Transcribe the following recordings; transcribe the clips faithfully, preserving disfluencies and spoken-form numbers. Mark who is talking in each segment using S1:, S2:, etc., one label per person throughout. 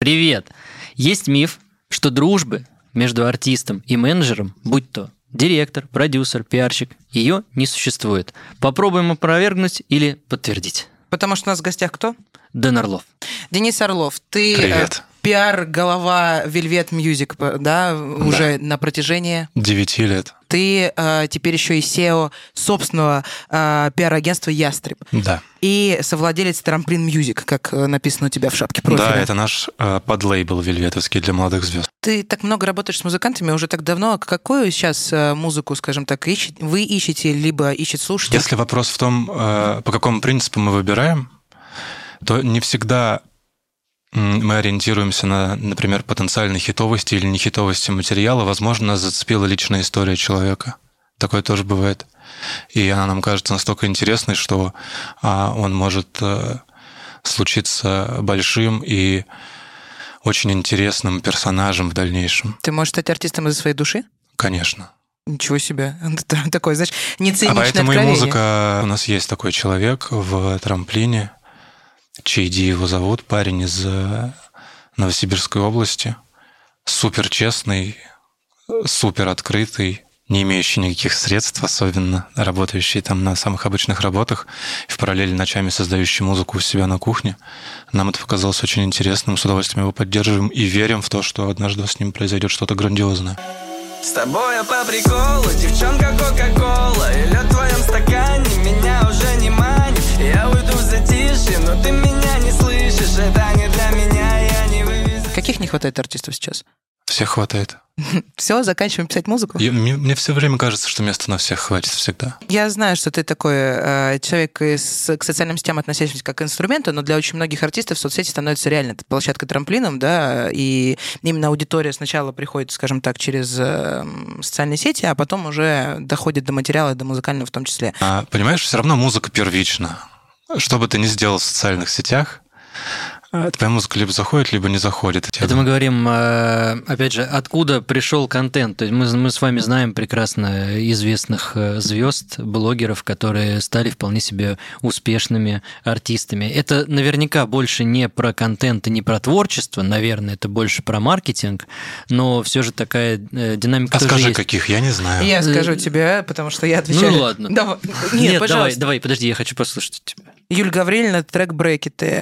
S1: Привет! Есть миф, что дружбы между артистом и менеджером, будь то директор, продюсер, пиарщик, ее не существует. Попробуем опровергнуть или подтвердить.
S2: Потому что у нас в гостях кто?
S1: Дэн Орлов.
S2: Денис Орлов, ты
S3: Привет.
S2: пиар-голова Velvet Music, да, уже
S3: Да.
S2: на протяжении...
S3: Девяти лет.
S2: Ты э, теперь еще и сео собственного э, пиар-агентства «Ястреб».
S3: Да.
S2: И совладелец Tramplin Music, как э, написано у тебя в шапке профиля.
S3: Да, это наш э, подлейбл вельветовский для молодых звезд.
S2: Ты так много работаешь с музыкантами уже так давно. Какую сейчас э, музыку, скажем так, ищете, вы ищете, либо ищет слушатель?
S3: Если вопрос в том, э, по какому принципу мы выбираем, то не всегда мы ориентируемся на, например, потенциальной хитовости или нехитовости материала. Возможно, нас зацепила личная история человека. Такое тоже бывает. И она нам кажется настолько интересной, что а, он может а, случиться большим и очень интересным персонажем в дальнейшем.
S2: Ты можешь стать артистом из-за своей души?
S3: Конечно.
S2: Ничего себе. Такое, знаешь, не циничное
S3: А поэтому
S2: откровение.
S3: и музыка... У нас есть такой человек в Трамплине, Чейди его зовут, парень из Новосибирской области, супер честный, супер открытый, не имеющий никаких средств, особенно работающий там на самых обычных работах, и в параллели ночами создающий музыку у себя на кухне. Нам это показалось очень интересным, с удовольствием его поддерживаем и верим в то, что однажды с ним произойдет что-то грандиозное.
S4: С тобой я по приколу, девчонка Кока-Кола, и лед в твоем стакане меня уже не манит. Я уйду в затишье, но ты меня не слышишь, это не для меня, я не вывезу.
S2: Каких не хватает артистов сейчас?
S3: Всех хватает.
S2: Все, заканчиваем писать музыку?
S3: Я, мне, мне все время кажется, что места на всех хватит всегда.
S2: Я знаю, что ты такой э, человек из, к социальным сетям относящийся как к инструменту, но для очень многих артистов соцсети становятся реально площадкой трамплином, да, и именно аудитория сначала приходит, скажем так, через э, социальные сети, а потом уже доходит до материала, до музыкального в том числе.
S3: А, понимаешь, все равно музыка первична. Что бы ты ни сделал в социальных сетях, твоя музыка либо заходит, либо не заходит.
S1: Это мы говорим, опять же, откуда пришел контент. То есть мы, мы с вами знаем прекрасно известных звезд, блогеров, которые стали вполне себе успешными артистами. Это наверняка больше не про контент и не про творчество, наверное, это больше про маркетинг, но все же такая динамика
S3: А
S1: тоже
S3: скажи,
S1: есть.
S3: каких, я не знаю.
S2: Я скажу тебе, потому что я отвечаю.
S1: Ну ладно.
S2: Давай. Нет,
S1: Нет,
S2: пожалуйста.
S1: давай, давай, подожди, я хочу послушать тебя.
S2: Юль Гаврилина, трек «Брекеты».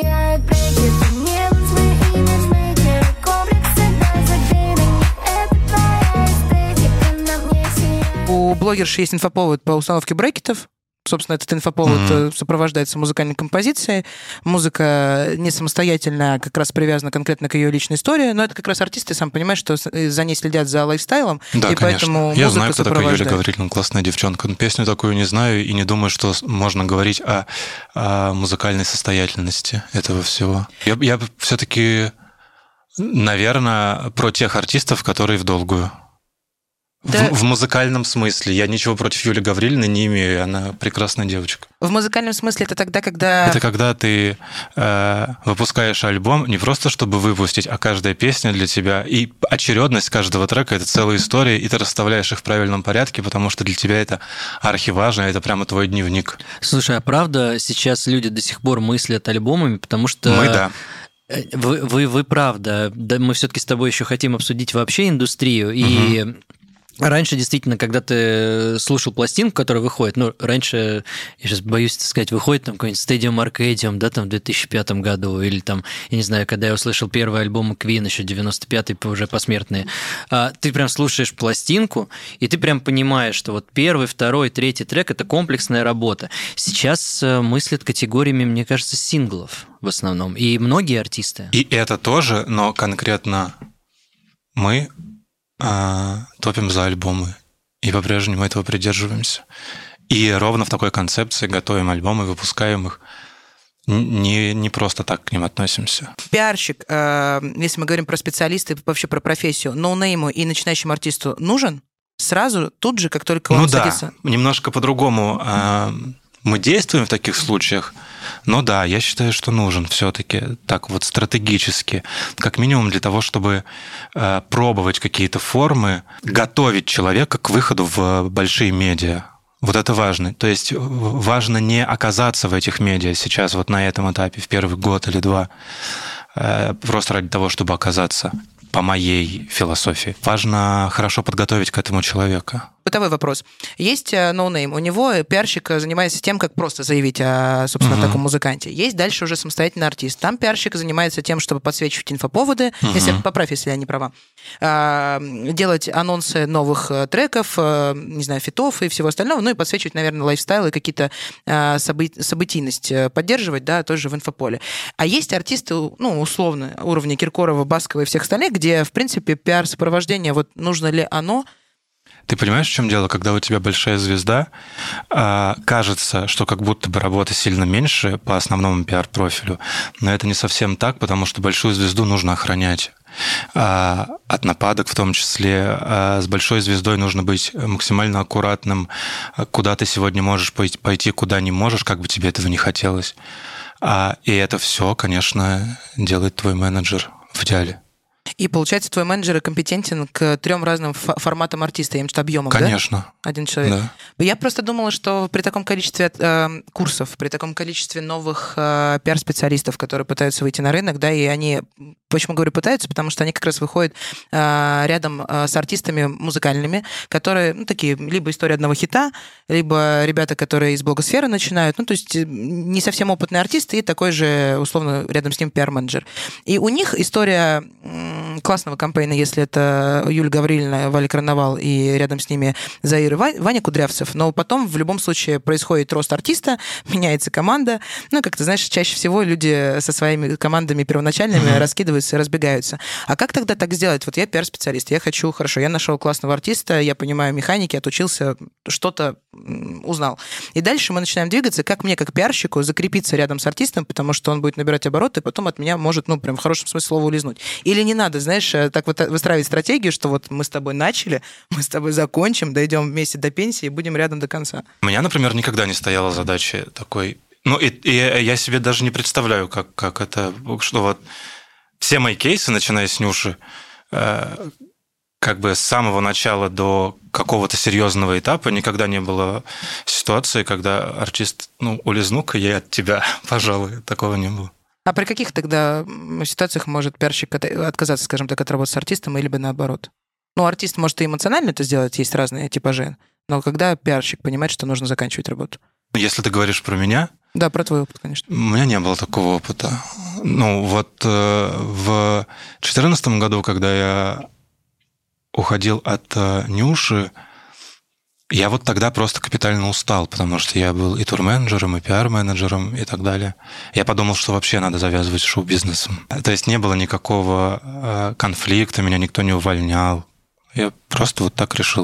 S2: У блогерши есть инфоповод по установке брекетов. Собственно, этот инфоповод mm-hmm. сопровождается музыкальной композицией. Музыка не самостоятельно, как раз привязана конкретно к ее личной истории, но это как раз артисты, сам понимаешь, что за ней следят за лайфстайлом,
S3: да,
S2: и
S3: конечно.
S2: поэтому
S3: Я
S2: музыка
S3: знаю, кто такая Юля
S2: сопровождает.
S3: Гаврилина, классная девчонка. Но песню такую не знаю и не думаю, что можно говорить о, о музыкальной состоятельности этого всего. Я, я все-таки, наверное, про тех артистов, которые в долгую.
S2: Да.
S3: В, в музыкальном смысле. Я ничего против Юли Гаврилиной не имею, она прекрасная девочка.
S2: В музыкальном смысле это тогда, когда...
S3: Это когда ты э, выпускаешь альбом не просто чтобы выпустить, а каждая песня для тебя. И очередность каждого трека — это целая история, и ты расставляешь их в правильном порядке, потому что для тебя это архиважно, это прямо твой дневник.
S1: Слушай, а правда сейчас люди до сих пор мыслят альбомами, потому что...
S3: Мы, да.
S1: Вы, вы, вы правда. Да, мы все-таки с тобой еще хотим обсудить вообще индустрию, и... Угу. Раньше, действительно, когда ты слушал пластинку, которая выходит, ну, раньше, я сейчас боюсь сказать, выходит там какой-нибудь Stadium Arcadium, да, там в две тысячи пятом году, или там, я не знаю, когда я услышал первый альбом Queen, еще девяносто пятый, уже посмертные, ты прям слушаешь пластинку, и ты прям понимаешь, что вот первый, второй, третий трек – это комплексная работа. Сейчас мыслят категориями, мне кажется, синглов в основном, и многие артисты.
S3: И это тоже, но конкретно мы... топим за альбомы, и по-прежнему этого придерживаемся. И ровно в такой концепции готовим альбомы, выпускаем их. Не, не просто так к ним относимся.
S2: Пиарщик, если мы говорим про специалиста и вообще про профессию, ноунейму и начинающему артисту нужен сразу, тут же, как только он
S3: ну
S2: садится?
S3: Ну да, немножко по-другому мы действуем в таких случаях, но да, я считаю, что нужен все-таки так вот стратегически, как минимум для того, чтобы э, пробовать какие-то формы, готовить человека к выходу в большие медиа, Вот это важно. То есть важно не оказаться в этих медиа сейчас, вот на этом этапе, в первый год или два, просто ради того, чтобы оказаться, по моей философии. Важно хорошо подготовить к этому человека.
S2: Бытовой вопрос. Есть ноунейм, у него пиарщик занимается тем, как просто заявить о, собственно, uh-huh. таком музыканте. Есть дальше уже самостоятельный артист. Там пиарщик занимается тем, чтобы подсвечивать инфоповоды, uh-huh. если поправь, если я не права, делать анонсы новых треков, не знаю, фитов и всего остального, ну и подсвечивать, наверное, лайфстайл и какие-то событ- событийность поддерживать, да, тоже в инфополе. А есть артисты, ну, условно, уровня Киркорова, Баскова и всех остальных, где, в принципе, пиар-сопровождение, вот нужно ли оно?
S3: Ты понимаешь, в чем дело? Когда у тебя большая звезда, кажется, что как будто бы работы сильно меньше по основному пиар-профилю, но это не совсем так, потому что большую звезду нужно охранять от нападок в том числе. С большой звездой нужно быть максимально аккуратным, куда ты сегодня можешь пойти, куда не можешь, как бы тебе этого не хотелось. И это все, конечно, делает твой менеджер в идеале.
S2: И, получается, твой менеджер компетентен к трем разным форматам артиста, им что объемам,
S3: Конечно.
S2: Да? Один человек.
S3: Да.
S2: Я просто думала, что при таком количестве э, курсов, при таком количестве новых э, пиар-специалистов, которые пытаются выйти на рынок, да, и они, почему говорю пытаются, потому что они как раз выходят э, рядом э, с артистами музыкальными, которые, ну, такие, либо история одного хита, либо ребята, которые из блогосферы начинают, ну, то есть не совсем опытные артисты и такой же, условно, рядом с ним пиар-менеджер. И у них история классного кампейна, если это Юля Гаврилина, Валя Карнавал и рядом с ними Заир и Ваня Кудрявцев, но потом в любом случае происходит рост артиста, меняется команда, ну, как ты знаешь, чаще всего люди со своими командами первоначальными mm-hmm. раскидываются и разбегаются. А как тогда так сделать? Вот я пиар-специалист, я хочу, хорошо, я нашел классного артиста, я понимаю механики, отучился, что-то узнал. И дальше мы начинаем двигаться, как мне, как пиарщику, закрепиться рядом с артистом, потому что он будет набирать обороты, и потом от меня может, ну, прям в хорошем смысле слова улизнуть. Или не надо, знаешь, так вот выстраивать стратегию, что вот мы с тобой начали, мы с тобой закончим, дойдем вместе до пенсии и будем рядом до конца.
S3: У меня, например, никогда не стояла задача такой... Ну, и, и я себе даже не представляю, как, как это... Что вот все мои кейсы, начиная с Нюши, э, как бы с самого начала до какого-то серьезного этапа никогда не было ситуации, когда артист, ну, улизну-ка я от тебя, пожалуй, такого не было.
S2: А при каких тогда ситуациях может пиарщик отказаться, скажем так, от работы с артистом, или бы наоборот? Ну, артист может и эмоционально это сделать, есть разные типажи, но когда пиарщик понимает, что нужно заканчивать работу?
S3: Если ты говоришь про меня...
S2: Да, про твой опыт, конечно.
S3: У меня не было такого опыта. Ну, вот э, в две тысячи четырнадцатом году, когда я уходил от э, Нюши, я вот тогда просто капитально устал, потому что я был и турменеджером, и пиар-менеджером, и так далее. Я подумал, что вообще надо завязывать с шоу-бизнесом. То есть не было никакого конфликта, меня никто не увольнял. Я просто вот так решил.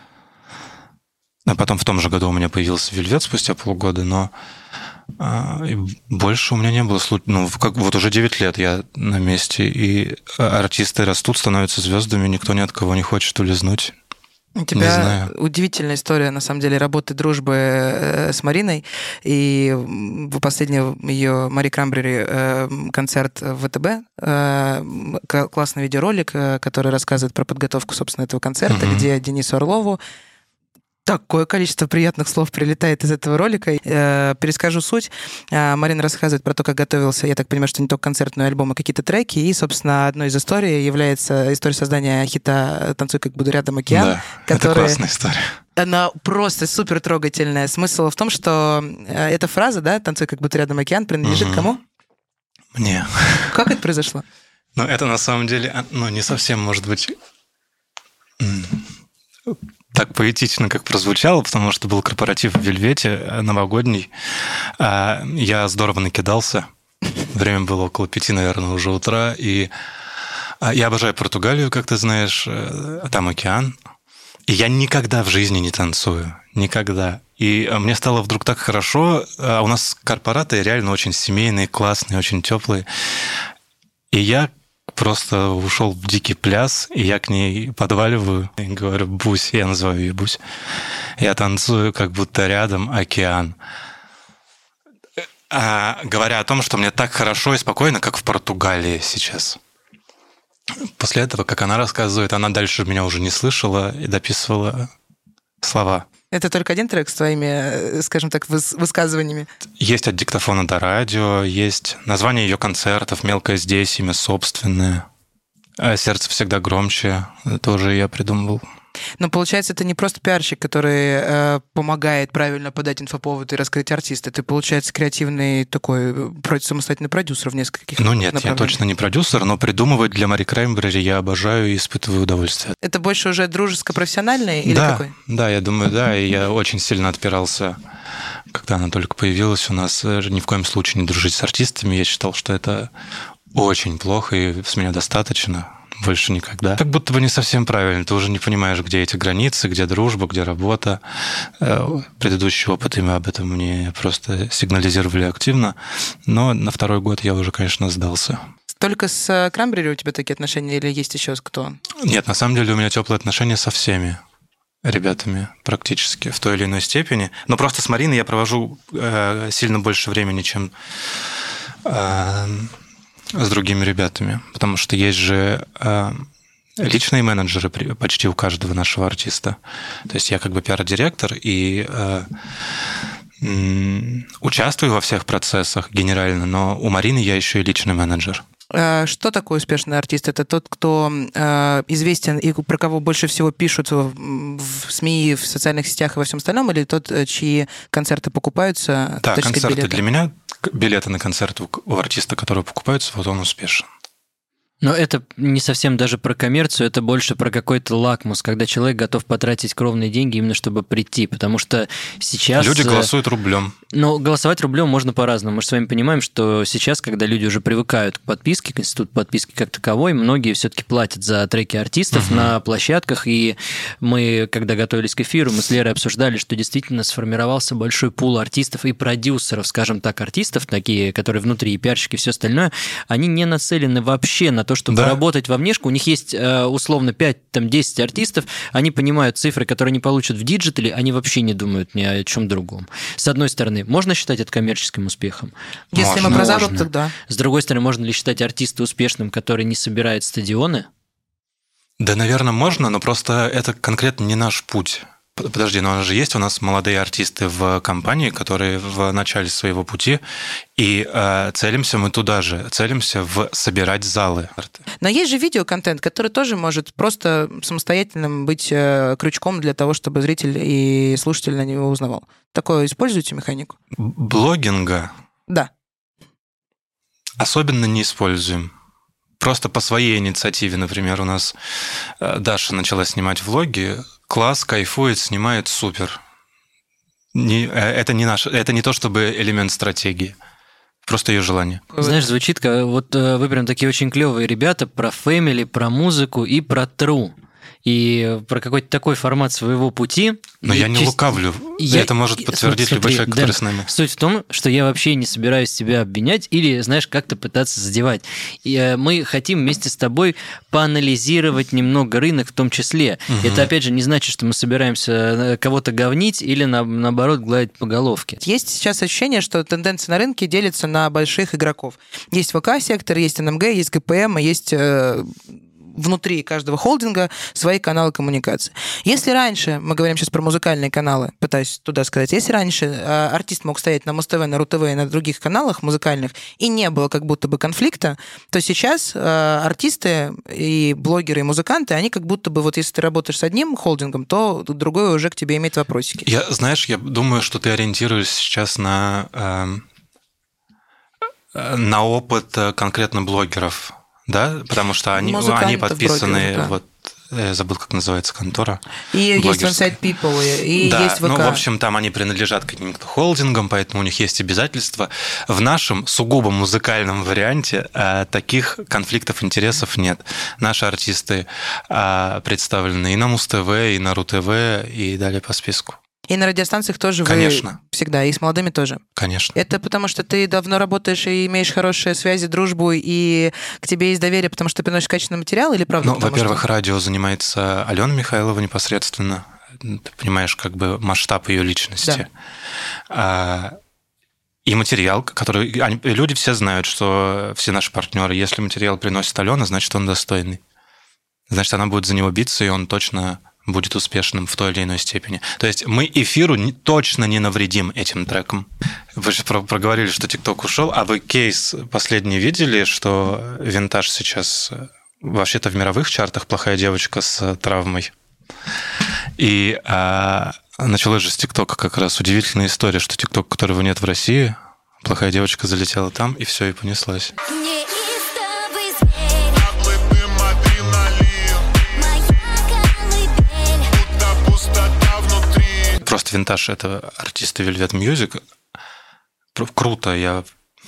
S3: А потом в том же году у меня появился Вельвет спустя полгода, но больше у меня не было случаев. Ну, как, вот уже девять лет я на месте, и артисты растут, становятся звездами, никто ни от кого не хочет улизнуть.
S2: У тебя удивительная история, на самом деле, работы, дружбы с Мариной. И в последний ее Мари Крамбрери концерт в ВТБ, классный видеоролик, который рассказывает про подготовку, собственно, этого концерта, uh-huh. где Денису Орлову такое количество приятных слов прилетает из этого ролика. Перескажу суть. Марина рассказывает про то, как готовился, я так понимаю, что не только концерт, но и альбом, а какие-то треки. И, собственно, одной из историй является история создания хита «Танцуй, как буду рядом, океан».
S3: Да,
S2: который...
S3: это классная история.
S2: Она просто супер трогательная. Смысл в том, что эта фраза, да, «Танцуй, как будто рядом океан», принадлежит угу. кому?
S3: Мне.
S2: Как это произошло?
S3: Ну, это на самом деле, ну, не совсем, может быть... так поэтично, как прозвучало, потому что был корпоратив в Вельвете новогодний. Я здорово накидался. Время было около пяти, наверное, уже утра. И я обожаю Португалию, как ты знаешь. Там океан. И я никогда в жизни не танцую. Никогда. И мне стало вдруг так хорошо. А у нас корпораты реально очень семейные, классные, очень теплые. И я просто ушел в дикий пляс, и я к ней подваливаю и говорю: Бусь, я называю ее Бусь. Я танцую, как будто рядом океан. А, говоря о том, что мне так хорошо и спокойно, как в Португалии сейчас. После этого, как она рассказывает, она дальше меня уже не слышала и дописывала слова.
S2: Это только один трек с твоими, скажем так, выс- высказываниями?
S3: Есть от диктофона до радио, есть название ее концертов, «Мелкое здесь», имя собственное. «Сердце всегда громче», тоже я придумывал.
S2: Но получается, это не просто пиарщик, который э, помогает правильно подать инфоповод и раскрыть артиста. Ты, получается, креативный такой самостоятельный продюсер в нескольких
S3: Ну нет, я точно не продюсер, но придумывать для Мари Краймбрери я обожаю и испытываю удовольствие.
S2: Это больше уже дружеско-профессиональный или
S3: да,
S2: какой? Да,
S3: я думаю, да. И я очень сильно отпирался, когда она только появилась у нас, ни в коем случае не дружить с артистами. Я считал, что это очень плохо, и с меня достаточно. Больше никогда. Как будто бы не совсем правильно. Ты уже не понимаешь, где эти границы, где дружба, где работа. Предыдущий опыт, и мы об этом мне просто сигнализировали активно. Но на второй год я уже, конечно, сдался.
S2: Только с Краймбрери у тебя такие отношения или есть еще с кто?
S3: Нет, на самом деле у меня теплые отношения со всеми ребятами практически в той или иной степени. Но просто с Мариной я провожу э, сильно больше времени, чем... Э, с другими ребятами, потому что есть же э, личные менеджеры почти у каждого нашего артиста. То есть я как бы пиар-директор и э, м- участвую во всех процессах генерально, но у Марины я еще и личный менеджер.
S2: Что такой успешный артист? Это тот, кто э, известен и про кого больше всего пишут в, в СМИ, в социальных сетях и во всем остальном, или тот, чьи концерты покупаются?
S3: Да, концерты для меня, билеты на концерт у артиста, которые покупаются, вот он успешен.
S1: Но это не совсем даже про коммерцию, это больше про какой-то лакмус, когда человек готов потратить кровные деньги именно чтобы прийти, потому что сейчас...
S3: Люди голосуют рублем.
S1: Ну, голосовать рублем можно по-разному. Мы же с вами понимаем, что сейчас, когда люди уже привыкают к подписке, к институту подписки как таковой, многие все-таки платят за треки артистов uh-huh. на площадках, и мы, когда готовились к эфиру, мы с Лерой обсуждали, что действительно сформировался большой пул артистов и продюсеров, скажем так, артистов, такие, которые внутри, и пиарщики, и все остальное, они не нацелены вообще на то, чтобы да. работать во внешку. У них есть условно пять-десять артистов, они понимают цифры, которые они получат в диджитале, они вообще не думают ни о чем другом. С одной стороны, можно считать это коммерческим успехом?
S2: Если можно, мы про заработок, тогда.
S1: С другой стороны, можно ли считать артиста успешным, который не собирает стадионы?
S3: Да, наверное, можно, но просто это конкретно не наш путь. Подожди, но у нас же есть у нас молодые артисты в компании, которые в начале своего пути, и э, целимся мы туда же, целимся в собирать залы.
S2: Но есть же видеоконтент, который тоже может просто самостоятельным быть э, крючком для того, чтобы зритель и слушатель на него узнавал. Такое используете механику?
S3: Блогинга?
S2: Да.
S3: Особенно не используем. Просто по своей инициативе, например, у нас Даша начала снимать влоги, класс, кайфует, снимает, супер. Не, это, не наш, это не то, чтобы элемент стратегии. Просто ее желание.
S1: Знаешь, звучит как... Вот вы прям такие очень клевые ребята про фэмили, про музыку и про тру. И про какой-то такой формат своего пути.
S3: Но я не честь... лукавлю. Я... Это может подтвердить смотри, любой человек, который
S1: да.
S3: с нами.
S1: Суть в том, что я вообще не собираюсь тебя обвинять или, знаешь, как-то пытаться задевать. И мы хотим вместе с тобой поанализировать немного рынок в том числе. Угу. Это, опять же, не значит, что мы собираемся кого-то говнить или, наоборот, гладить по головке.
S2: Есть сейчас ощущение, что тенденция на рынке делится на больших игроков. Есть ВК-сектор, есть эн эм гэ, есть гэ пэ эм, есть... внутри каждого холдинга свои каналы коммуникации. Если раньше, мы говорим сейчас про музыкальные каналы, пытаюсь туда сказать, если раньше э, артист мог стоять на Муз-ТВ, на РУ-ТВ и на других каналах музыкальных, и не было как будто бы конфликта, то сейчас э, артисты и блогеры, и музыканты, они как будто бы, вот если ты работаешь с одним холдингом, то другой уже к тебе имеет вопросики.
S3: Я, знаешь, я думаю, что ты ориентируешься сейчас на, э, на опыт конкретно блогеров. Да, потому что они, они подписаны, да. вот, я забыл, как называется контора.
S2: И есть Inside People, и
S3: да,
S2: есть ВК.
S3: Ну, в общем, там они принадлежат каким-то холдингам, поэтому у них есть обязательства. В нашем сугубо музыкальном варианте а, таких конфликтов интересов нет. Наши артисты а, представлены и на Муз-ТВ, и на РУ-ТВ, и далее по списку.
S2: И на радиостанциях тоже
S3: Конечно.
S2: Вы всегда, и с молодыми тоже.
S3: Конечно.
S2: Это потому, что ты давно работаешь и имеешь хорошие связи, дружбу, и к тебе есть доверие, потому что ты приносишь качественный материал, или правда?
S3: Ну, во-первых,
S2: что...
S3: радио занимается Алена Михайлова непосредственно. Ты понимаешь, как бы масштаб ее личности. Да. И материал, который... Они, люди все знают, что все наши партнеры, если материал приносит Алена, значит, он достойный. Значит, она будет за него биться, и он точно будет успешным в той или иной степени. То есть мы эфиру не, точно не навредим этим треком. Вы же про- проговорили, что ТикТок ушел, а вы кейс последний видели, что Винтаж сейчас вообще-то в мировых чартах «Плохая девочка с травмой». И а, началось же с ТикТока как раз удивительная история, что ТикТок, которого нет в России, «Плохая девочка» залетела там, и все, и понеслась. Просто Винтаж — это артисты Velvet Music. Круто, я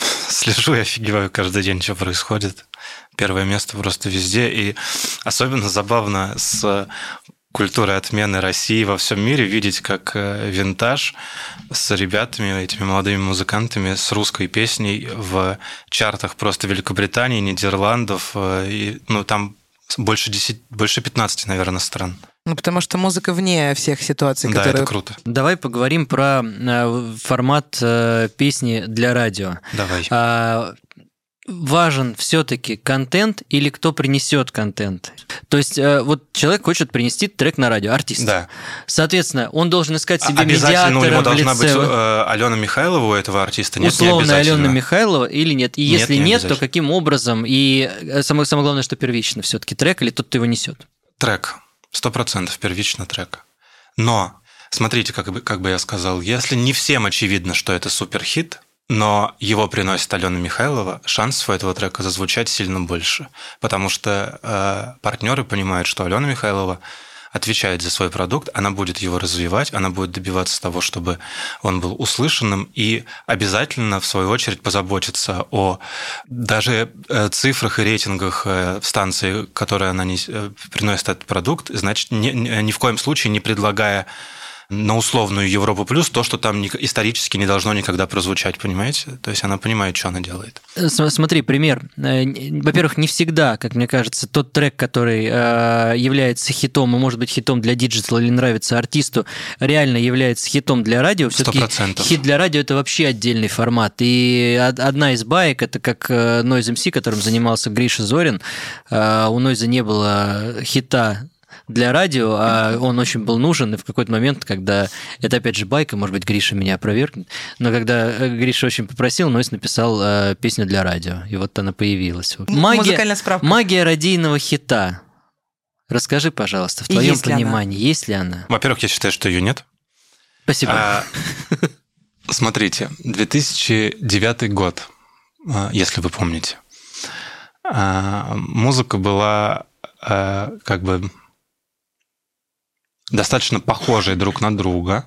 S3: слежу и офигеваю каждый день, что происходит. Первое место просто везде. И особенно забавно с культурой отмены России во всем мире видеть, как Винтаж с ребятами, этими молодыми музыкантами, с русской песней в чартах просто Великобритании, Нидерландов. И, ну, там больше, десять, больше пятнадцати, наверное, стран.
S2: Ну, потому что музыка вне всех ситуаций,
S3: да,
S2: которые...
S3: это круто.
S1: Давай поговорим про формат песни для радио.
S3: Давай.
S1: А, важен все-таки контент или кто принесет контент? То есть вот человек хочет принести трек на радио, артист.
S3: Да.
S1: Соответственно, он должен искать себе
S3: обязательно
S1: медиатора
S3: у него должна
S1: в лице...
S3: быть э, Алена Михайлова у этого артиста. Нет,
S1: условно Алена Михайлова или нет? И
S3: нет,
S1: если
S3: не
S1: нет, то каким образом? И самое, самое главное, что первично все-таки трек или тот, кто его несет?
S3: Трек. Сто процентов первично трек. Но, смотрите, как бы, как бы я сказал, если не всем очевидно, что это суперхит, но его приносит Алена Михайлова, шансов у этого трека зазвучать сильно больше. Потому что э, партнеры понимают, что Алена Михайлова отвечает за свой продукт, она будет его развивать, она будет добиваться того, чтобы он был услышанным, и обязательно, в свою очередь, позаботиться о даже цифрах и рейтингах станции, которые она не, приносит этот продукт, значит, ни, ни в коем случае не предлагая на условную Европу плюс то, что там исторически не должно никогда прозвучать, понимаете? То есть она понимает, что она делает.
S1: Смотри, пример. Во-первых, не всегда, как мне кажется, тот трек, который является хитом, и может быть хитом для диджитала или нравится артисту, реально является хитом для радио. Все-таки хит для радио – это вообще отдельный формат. И одна из баек – это как Noise эм си, которым занимался Гриша Зорин. У Noise не было хита для радио, а он очень был нужен, и в какой-то момент, когда... Это, опять же, байка, может быть, Гриша меня опровергнет, но когда Гриша очень попросил, Нойз написал э, песню для радио, и вот она появилась. Магия,
S2: музыкальная справка.
S1: Магия радийного хита. Расскажи, пожалуйста, в твоем
S2: есть
S1: понимании, ли есть ли она?
S3: Во-первых, я считаю, что ее нет.
S1: Спасибо.
S3: А, смотрите, две тысячи девятый год, если вы помните, музыка была как бы достаточно похожие друг на друга.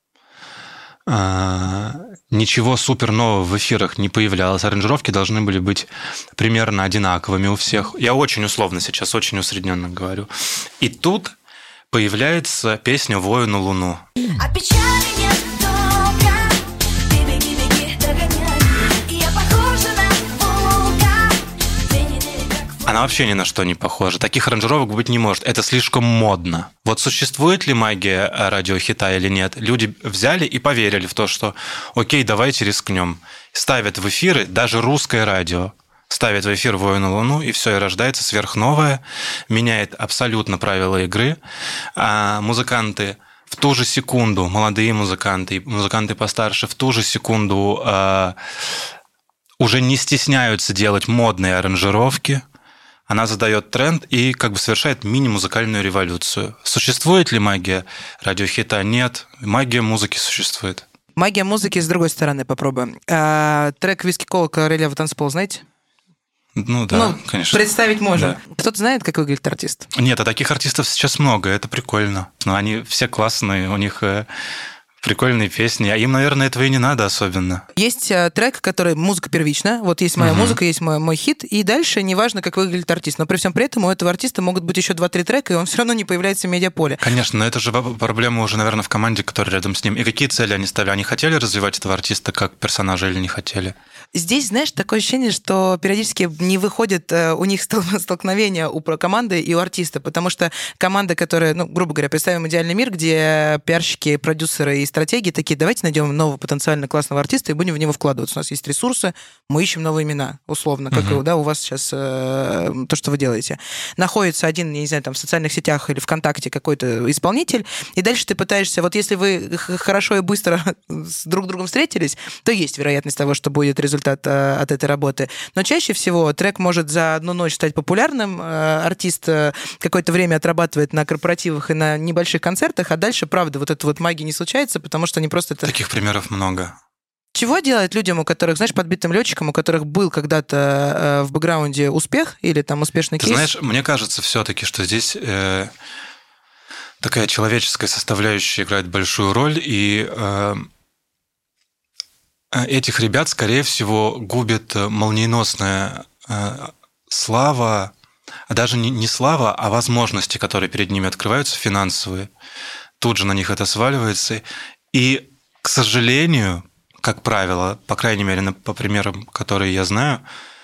S3: Ничего супер нового в эфирах не появлялось. Аранжировки должны были быть примерно одинаковыми у всех. Я очень условно сейчас, очень усредненно говорю. И тут появляется песня «Вою на луну».
S5: А печали нет долго. Ты беги, беги, догоняй. И я похожа на волка.
S3: Она вообще ни на что не похожа. Таких аранжировок быть не может. Это слишком модно. Вот существует ли магия радиохита или нет? Люди взяли и поверили в то, что окей, давайте рискнем. Ставят в эфиры даже русское радио. Ставят в эфир «Вою на луну», и все, и рождается сверхновое, меняет абсолютно правила игры. А музыканты в ту же секунду, молодые музыканты, музыканты постарше, в ту же секунду а, уже не стесняются делать модные аранжировки. Она задает тренд и как бы совершает мини-музыкальную революцию. Существует ли магия радиохита? Нет. Магия музыки существует.
S2: Магия музыки с другой стороны попробуем. А, трек «Виски Кола» «Королева танцпола» знаете?
S3: Ну да,
S2: ну,
S3: конечно.
S2: Представить можем.
S3: Да.
S2: Кто-то знает, как выглядит артист?
S3: Нет, а таких артистов сейчас много, это прикольно. Но они все классные, у них прикольные песни, а им, наверное, этого и не надо особенно.
S2: Есть э, трек, который музыка первична, вот есть моя uh-huh. музыка, есть мой, мой хит, и дальше неважно, как выглядит артист, но при всем при этом у этого артиста могут быть еще два-три трека, и он все равно не появляется в медиаполе.
S3: Конечно, но это же проблема уже, наверное, в команде, которая рядом с ним. И какие цели они ставили? Они хотели развивать этого артиста как персонажа или не хотели?
S2: Здесь, знаешь, такое ощущение, что периодически не выходит у них столкновение у команды и у артиста, потому что команда, которая, ну, грубо говоря, представим идеальный мир, где пиарщики, продюсеры и стратегии такие, давайте найдем нового потенциально классного артиста и будем в него вкладываться. У нас есть ресурсы, мы ищем новые имена, условно, как
S3: Мгм.
S2: и, да, у вас сейчас э, то, что вы делаете. Находится один, я не знаю, там в социальных сетях или ВКонтакте какой-то исполнитель, и дальше ты пытаешься, вот если вы х- хорошо и быстро с друг другом встретились, то есть вероятность того, что будет результат э, от этой работы. Но чаще всего трек может за одну ночь стать популярным, э, артист э, какое-то время отрабатывает на корпоративах и на небольших концертах, а дальше, правда, вот эта вот магия не случается, потому что они просто это...
S3: Таких примеров много.
S2: Чего делать людям, у которых, знаешь, подбитым летчикам, у которых был когда-то э, в бэкграунде успех или там успешный
S3: Ты
S2: кейс?
S3: знаешь, мне кажется все-таки, что здесь э, такая человеческая составляющая играет большую роль, и э, этих ребят, скорее всего, губит молниеносная э, слава, а даже не, не слава, а возможности, которые перед ними открываются, финансовые. Тут же на них это сваливается. И, к сожалению, как правило, по крайней мере, на- по примерам, которые я знаю,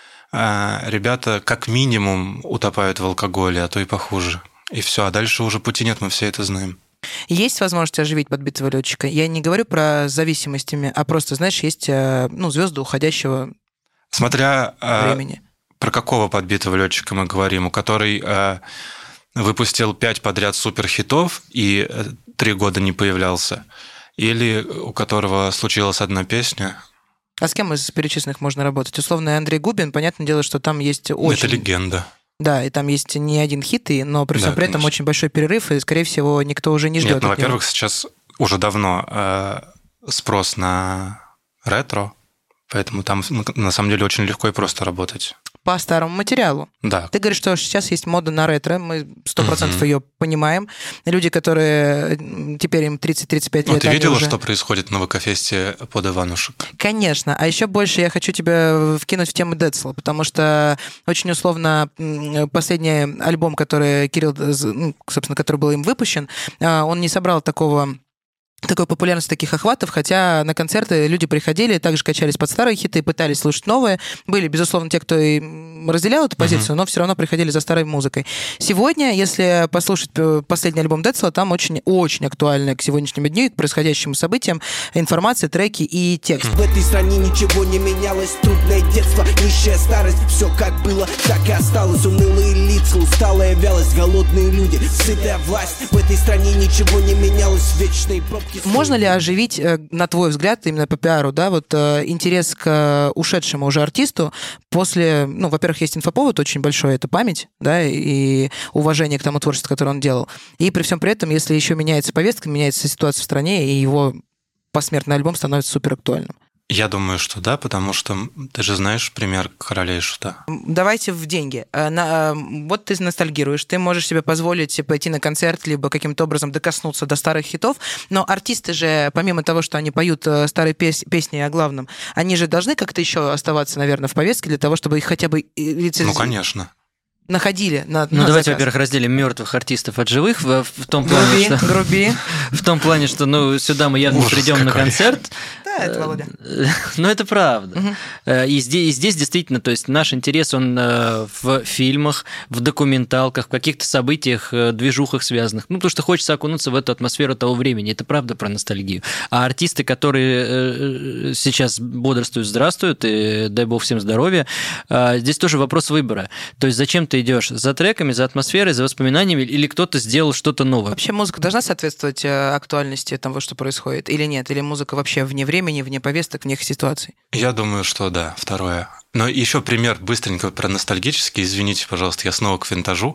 S3: э, ребята как минимум утопают в алкоголе, а то и похуже. И все, а дальше уже пути нет, мы все это знаем.
S2: Есть возможность оживить подбитого летчика? Я не говорю про зависимостями, а просто, знаешь, есть э, ну, звезды уходящего
S3: Смотря э,
S2: времени.
S3: про какого подбитого летчика мы говорим, у который э, выпустил пять подряд суперхитов и э, три года не появлялся, или у которого случилась одна песня.
S2: А с кем из перечисленных можно работать? Условно, Андрей Губин, понятное дело, что там есть очень...
S3: Это легенда.
S2: Да, и там есть не один хит, и- но при всем
S3: Да,
S2: при этом
S3: конечно.
S2: очень большой перерыв, и, скорее всего, никто уже не ждет.
S3: Нет, ну,
S2: от него.
S3: во-первых, сейчас уже давно э, спрос на ретро, поэтому там ну, на самом деле очень легко и просто работать.
S2: По старому материалу.
S3: Да.
S2: Ты говоришь, что сейчас есть мода на ретро, мы сто процентов
S3: Мгм.
S2: ее понимаем. Люди, которые м, теперь им тридцать-тридцать пять
S3: Ну,
S2: лет,
S3: ты
S2: они
S3: видела,
S2: уже-
S3: что происходит на ВК-фесте под Иванушек?
S2: Конечно. А еще больше я хочу тебя вкинуть в тему Децла, потому что очень условно м, последний альбом, который Кирилл, з- ну, собственно, который был им выпущен, а, он не собрал такого такой популярности, таких охватов, хотя на концерты люди приходили, также качались под старые хиты, пытались слушать новые. Были, безусловно, те, кто и м, разделял эту позицию, но все равно приходили за старой музыкой. Сегодня, если послушать э, последний альбом Децла, там очень-очень актуальная к сегодняшнему дню и к происходящим событиям информация, треки и текст.
S6: В этой стране ничего не менялось. Трудное детство, нищая старость. Все как было, так и осталось. Унылые лица, усталая вялость. Голодные люди, сытая власть. В этой стране ничего не менялось. Вечные пробки.
S2: Можно ли оживить, э, на твой взгляд, именно по пиару, да, вот э, интерес к э, ушедшему уже артисту после, ну, во-первых, есть инфоповод очень большой, это память, да, и уважение к тому творчеству, которое он делал. И при всем при этом, если еще меняется повестка, меняется ситуация в стране, и его посмертный альбом становится суперактуальным.
S3: Я думаю, что да, потому что ты же знаешь пример Короля и Шута.
S2: Давайте в деньги. Э, на- э, Вот ты ностальгируешь, ты можешь себе позволить пойти на концерт, либо каким-то образом докоснуться до старых хитов, но артисты же, помимо того, что они поют э, старые пес- песни о главном, они же должны как-то еще оставаться, наверное, в повестке для того, чтобы их хотя бы э, лицензи-
S3: Ну, конечно.
S2: находили на,
S1: Ну,
S2: на
S1: давайте,
S2: заказ.
S1: во-первых, разделим мертвых артистов от живых в, в том плане,
S2: Груби,
S1: что,
S2: груби.
S1: в том плане, что ну, сюда мы явно не
S3: Ужас
S1: придем на
S3: какой.
S1: концерт.
S2: Да, это Володя.
S1: Но это правда.
S2: Мгм.
S1: Э, И здесь, и здесь действительно, то есть наш интерес, он э, в фильмах, в документалках, в каких-то событиях, э, движухах связанных. Ну, потому что хочется окунуться в эту атмосферу того времени. Это правда про ностальгию. А артисты, которые э, сейчас бодрствуют, здравствуют, и дай бог всем здоровья, э, здесь тоже вопрос выбора. То есть зачем ты идешь? За треками, за атмосферой, за воспоминаниями, или кто-то сделал что-то новое?
S2: Вообще музыка должна соответствовать э, актуальности того, что происходит, или нет? Или музыка вообще вне времени, вне повесток, вне ситуаций?
S3: Я думаю, что да, второе. Но еще пример быстренько про ностальгический. Извините, пожалуйста, я снова к винтажу.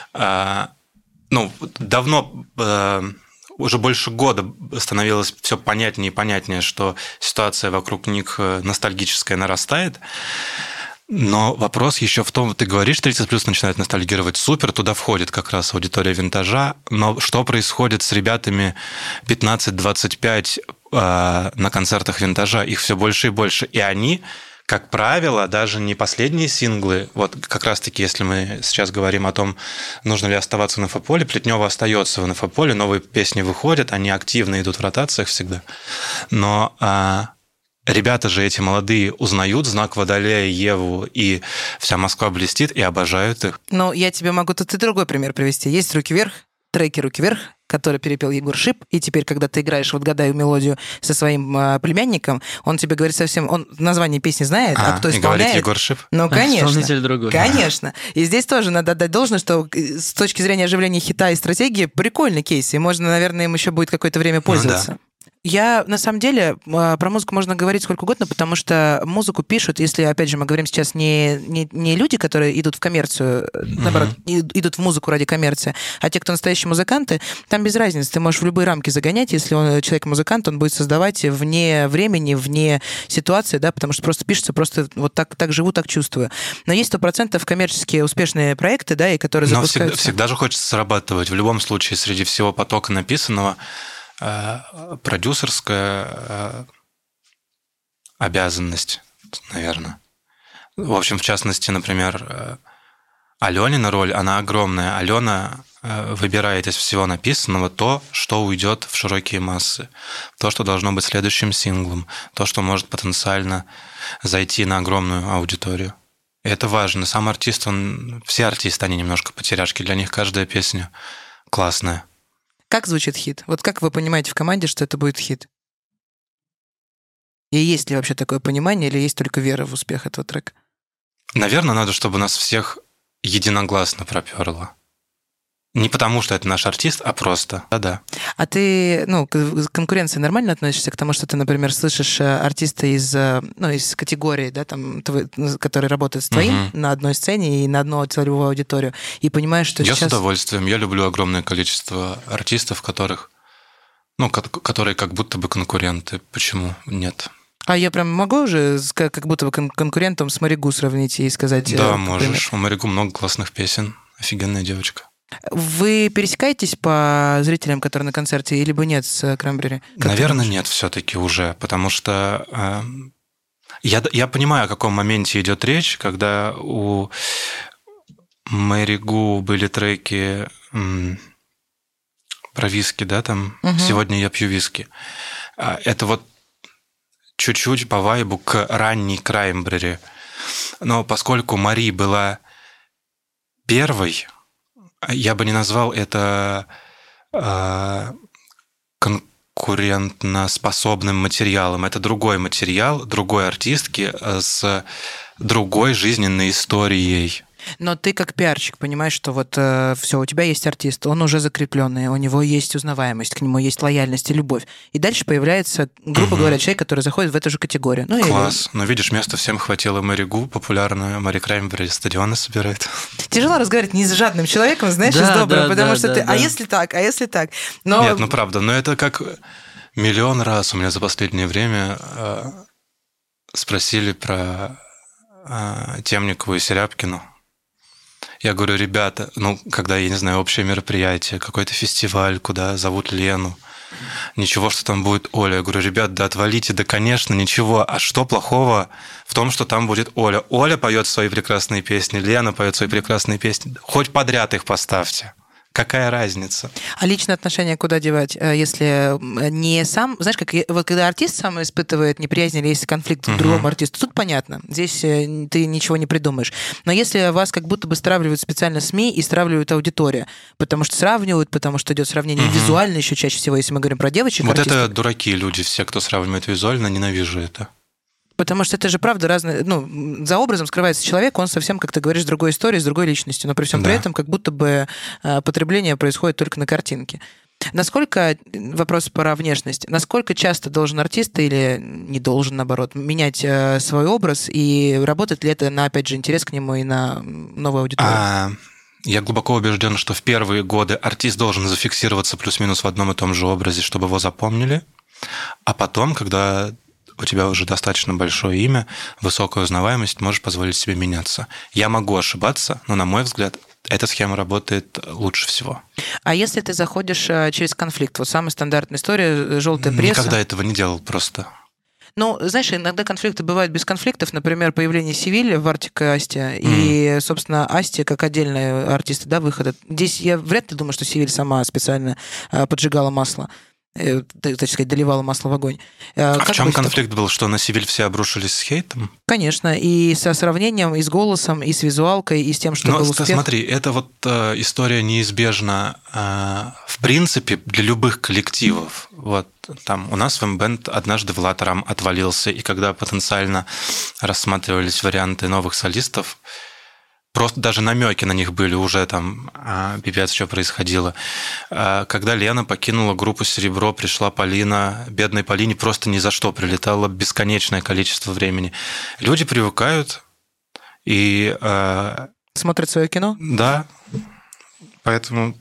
S3: А, ну, давно, а, уже больше года становилось все понятнее и понятнее, что ситуация вокруг них ностальгическая нарастает. Но вопрос еще в том, ты говоришь, тридцать плюс начинает ностальгировать, супер, туда входит как раз аудитория винтажа, но что происходит с ребятами пятнадцать двадцать пять э, на концертах винтажа? Их все больше и больше, и они, как правило, даже не последние синглы, вот как раз-таки, если мы сейчас говорим о том, нужно ли оставаться в инфополе, Плетнева остается в инфополе, новые песни выходят, они активно идут в ротациях всегда, но... Э, Ребята же эти молодые узнают «Знак Водолея», Еву, и вся Москва блестит, и обожают их.
S2: Ну, я тебе могу тут и другой пример привести. Есть «Руки вверх», треке «Руки вверх», который перепел Егор Шип, и теперь, когда ты играешь вот «Гадаю мелодию» со своим э, племянником, он тебе говорит совсем... Он название песни знает, а,
S3: А,
S2: кто
S3: и
S2: исполняет...
S3: говорит Егор Шип?
S2: Ну, конечно.
S1: Исполнитель другой.
S2: Конечно. И здесь тоже надо отдать должное, что э, с точки зрения оживления хита и стратегии прикольный кейс, и можно, наверное, им еще будет какое-то время пользоваться.
S3: Ну, да.
S2: Я, на самом деле, э, про музыку можно говорить сколько угодно, потому что музыку пишут, если, опять же, мы говорим сейчас не, не, не люди, которые идут в коммерцию, наоборот, и- идут в музыку ради коммерции, а те, кто настоящие музыканты, там без разницы, ты можешь в любые рамки загонять, если он человек-музыкант, он будет создавать вне времени, вне ситуации, да, потому что просто пишется, просто вот так, так живу, так чувствую. Но есть сто процентов коммерческие успешные проекты, да, и которые
S3: Но всегда,
S2: запускаются.
S3: всегда же хочется зарабатывать. В любом случае, среди всего потока написанного, э, продюсерская э, обязанность, наверное. В общем, в частности, например, э, Аленина роль, она огромная. Алена э, выбирает из всего написанного то, что уйдет в широкие массы, то, что должно быть следующим синглом, то, что может потенциально зайти на огромную аудиторию. И это важно. Сам артист, он... Все артисты, они немножко потеряшки. Для них каждая песня классная.
S2: Как звучит хит? Вот как вы понимаете в команде, что это будет хит? И есть ли вообще такое понимание, или есть только вера в успех этого трека?
S3: Наверное, надо, чтобы нас всех единогласно проперло. Не потому, что это наш артист, а просто. Да-да.
S2: А ты, ну, к к конкуренции нормально относишься к тому, что ты, например, слышишь э, артиста из, э, ну, из категории, да, там, тв- ну, который работает с твоим
S3: Мгм.
S2: на одной сцене и на одну целевую аудиторию, и понимаешь, что
S3: Я
S2: сейчас...
S3: с удовольствием. Я люблю огромное количество артистов, которых, ну, ко- которые как будто бы конкуренты. Почему нет?
S2: А я прям могу уже с- как как будто бы кон- конкурентом с Маригу сравнить и сказать... э,
S3: Да,
S2: например,
S3: можешь. У Маригу много классных песен. Офигенная девочка.
S2: Вы пересекаетесь по зрителям, которые на концерте, или бы нет с Кранбери? Как ты
S3: Наверное,
S2: думаешь?
S3: нет все-таки уже, потому что э, я, д- я понимаю, о каком моменте идет речь, когда у Мэри Гу были треки м, про виски, да, там
S2: Мгм.
S3: «Сегодня я пью виски». А, Это вот чуть-чуть по вайбу к ранней Краймбрери. Но поскольку Мари была первой, я бы не назвал это э, конкурентноспособным материалом. Это другой материал, другой артистки э, с другой жизненной историей.
S2: Но ты как пиарщик понимаешь, что вот все, у тебя есть артист, он уже закрепленный, у него есть узнаваемость, к нему есть лояльность и любовь. И дальше появляется, грубо
S3: Мгм.
S2: говоря, человек, который заходит в эту же категорию. Ну, или-
S3: Класс. Но видишь, места всем хватило Мэри Гу, популярную. Мари Краймбрери стадионы собирает.
S2: Тяжело разговаривать не с жадным человеком, знаешь,
S1: Да,
S2: с добрым,
S1: да,
S2: потому
S1: да,
S2: что
S1: да,
S2: ты...
S1: да.
S2: А если так, а если так? Но...
S3: Нет, ну правда, но это как миллион раз у меня за последнее время э, спросили про э, Темникову и Серябкину. Я говорю, ребята, ну, когда, я не знаю, общее мероприятие, какой-то фестиваль, куда зовут Лену, ничего, что там будет Оля. Я говорю, ребят, да отвалите, да, конечно, ничего. А что плохого в том, что там будет Оля? Оля поет свои прекрасные песни, Лена поет свои прекрасные песни. Хоть подряд их поставьте. Какая разница?
S2: А личное отношение куда девать, э, если не сам... Знаешь, как я- вот когда артист сам испытывает неприязнь или есть конфликт к
S3: Мгм.
S2: другому артисту, тут понятно. Здесь э, ты ничего не придумаешь. Но если вас как будто бы стравливают специально СМИ и стравливают аудитория, потому что сравнивают, потому что идет сравнение
S3: Мгм.
S2: визуально еще чаще всего, если мы говорим про девочек
S3: Вот
S2: артистов.
S3: это дураки люди, все, кто сравнивает визуально, ненавижу это.
S2: Потому что это же правда разные... Ну, за образом скрывается человек, он совсем, как ты говоришь, с другой историей, с другой личностью. Но при всем при
S3: Да.
S2: этом как будто бы э, потребление происходит только на картинке. Насколько, вопрос про внешность, насколько часто должен артист или не должен, наоборот, менять э, свой образ, и работает ли это на, опять же, интерес к нему и на новую аудиторию?
S3: А, я глубоко убежден, что в первые годы артист должен зафиксироваться плюс-минус в одном и том же образе, чтобы его запомнили. А потом, когда у тебя уже достаточно большое имя, высокая узнаваемость, можешь позволить себе меняться. Я могу ошибаться, но, на мой взгляд, эта схема работает лучше всего.
S2: А если ты заходишь э, через конфликт, вот самая стандартная история, желтая пресса...
S3: Никогда этого не делал просто.
S2: Ну, знаешь, иногда конфликты бывают без конфликтов. Например, появление Севилья в Артик и Асти, и, собственно, Асти как отдельные артисты, да, выхода. Здесь я вряд ли думаю, что Севиль сама специально э, поджигала масло. э, так так сказать, доливала масло в огонь. Э,
S3: А
S2: как
S3: в чем
S2: быть-то?
S3: конфликт был? Что на Севиль все обрушились с хейтом?
S2: Конечно, и со сравнением, и с голосом, и с визуалкой, и с тем, что
S3: Но
S2: был
S3: ст-
S2: успех.
S3: смотри, это вот э, история неизбежна э, в принципе для любых коллективов. Вот там у нас в M-Band однажды Влад Рам отвалился, и когда потенциально рассматривались варианты новых солистов, просто даже намеки на них были уже там, а, пипец, что происходило. А, когда Лена покинула группу «Серебро», пришла Полина, бедной Полине просто ни за что прилетало бесконечное количество времени. Люди привыкают, и а,
S2: Смотрят свое кино?
S3: да, поэтому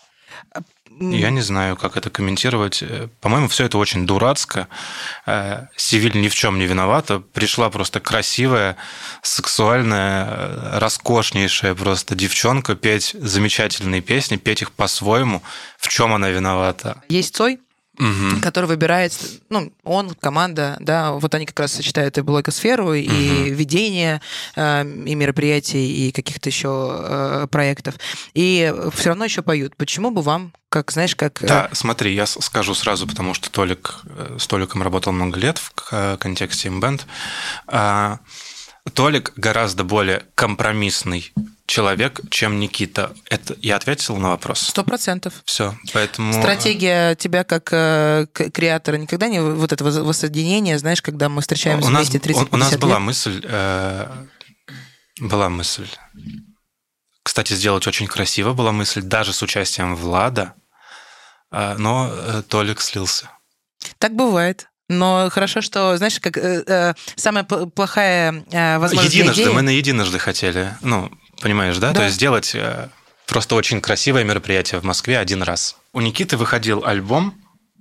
S2: М,
S3: я не знаю, как это комментировать. По-моему, все это очень дурацко. Э, Севиль ни в чем не виновата. Пришла просто красивая, сексуальная, роскошнейшая просто девчонка петь замечательные песни, петь их по-своему. В чем она виновата?
S2: Есть Цой,
S3: Мгм.
S2: который выбирает, ну, он, команда, да, вот они как раз сочетают и блогосферу, и
S3: Мгм.
S2: ведение э, и мероприятий, и каких-то еще э, проектов. И все равно еще поют. Почему бы вам, как, знаешь, как... э,
S3: Да, смотри, я с- скажу сразу, потому что Толик э, с Толиком работал много лет в к- э, контексте M-Band. А, Толик гораздо более компромиссный человек, чем Никита. Это я ответил на вопрос?
S2: Сто процентов.
S3: Все, поэтому...
S2: Стратегия тебя как э, к- креатора никогда не вот это воз- воссоединение, знаешь, когда мы встречаемся
S3: у нас,
S2: вместе тридцать
S3: у, у нас
S2: пятьдесят
S3: была
S2: лет?
S3: мысль, э, была мысль, кстати, сделать очень красиво, была мысль даже с участием Влада, э, но э, Толик слился.
S2: Так бывает. Но хорошо, что, знаешь, как э, э, самая п- плохая э, возможность для
S3: Единожды,
S2: идеи-
S3: мы на единожды хотели, ну, понимаешь, да?
S2: Да.
S3: То есть сделать э, просто очень красивое мероприятие в Москве один раз. У Никиты выходил альбом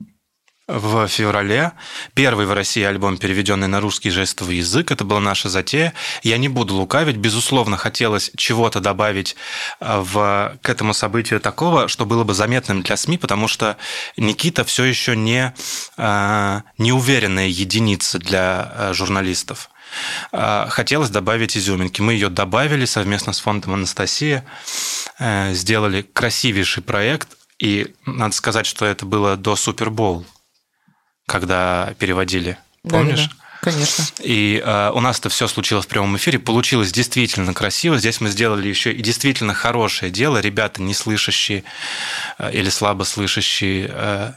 S3: в феврале. Первый в России альбом, переведенный на русский жестовый язык. Это была наша затея. Я не буду лукавить. Безусловно, хотелось чего-то добавить в, к этому событию такого, что было бы заметным для СМИ, потому что Никита все еще не э, неуверенная единица для э, журналистов. Э, Хотелось добавить изюминки. Мы ее добавили совместно с фондом «Анастасия», э, сделали красивейший проект. И надо сказать, что это было до Супербоул, когда переводили, помнишь?
S2: Да-да-да, конечно.
S3: И э, у нас это все случилось в прямом эфире, получилось действительно красиво. Здесь мы сделали еще и действительно хорошее дело. Ребята, не слышащие э, или слабо слышащие, э,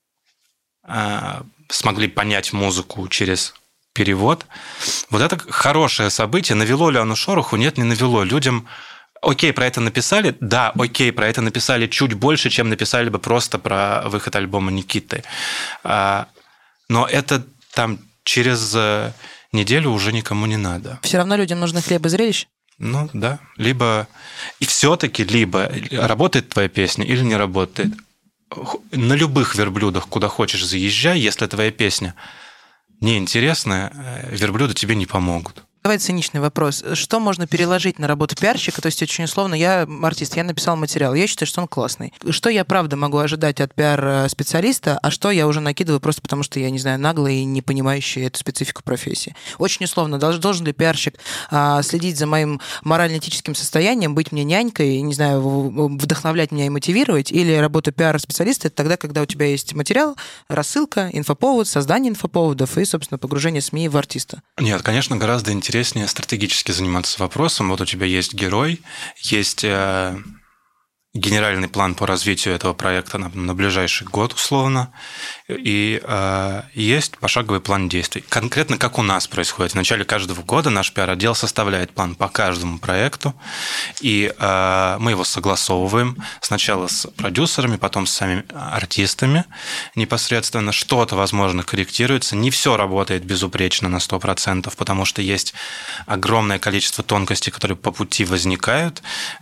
S3: э, смогли понять музыку через перевод. Вот это хорошее событие. Навело ли оно шороху? Нет, не навело. Людям... Окей, про это написали? Да, окей, про это написали чуть больше, чем написали бы просто про выход альбома Никиты. А, Но это там через э, неделю уже никому не надо.
S2: Все равно людям нужны хлеб и зрелищ.
S3: Ну да, либо... И все-таки либо работает твоя песня или не работает. Х- На любых верблюдах, куда хочешь, заезжай, если твоя песня неинтересная, э, верблюды тебе не помогут.
S2: Давай циничный вопрос. Что можно переложить на работу пиарщика? То есть, очень условно, я артист, я написал материал, я считаю, что он классный. Что я, правда, могу ожидать от пиар-специалиста, а что я уже накидываю просто потому, что я, не знаю, наглый и не понимающий эту специфику профессии? Очень условно. Должен, должен ли пиарщик а, следить за моим морально-этическим состоянием, быть мне нянькой, не знаю, в- вдохновлять меня и мотивировать? Или работа пиар-специалиста — это тогда, когда у тебя есть материал, рассылка, инфоповод, создание инфоповодов и, собственно, погружение СМИ в артиста?
S3: Нет, конечно, гораздо интереснее стратегически заниматься вопросом. Вот у тебя есть герой, есть э, генеральный план по развитию этого проекта на, на ближайший год, условно, и э, есть пошаговый план действий. Конкретно как у нас происходит. В начале каждого года наш пиар-отдел составляет план по каждому проекту, и э, мы его согласовываем сначала с продюсерами, потом с самими артистами непосредственно. Что-то, возможно, корректируется. Не все работает безупречно на сто процентов, потому что есть огромное количество тонкостей, которые по пути возникают.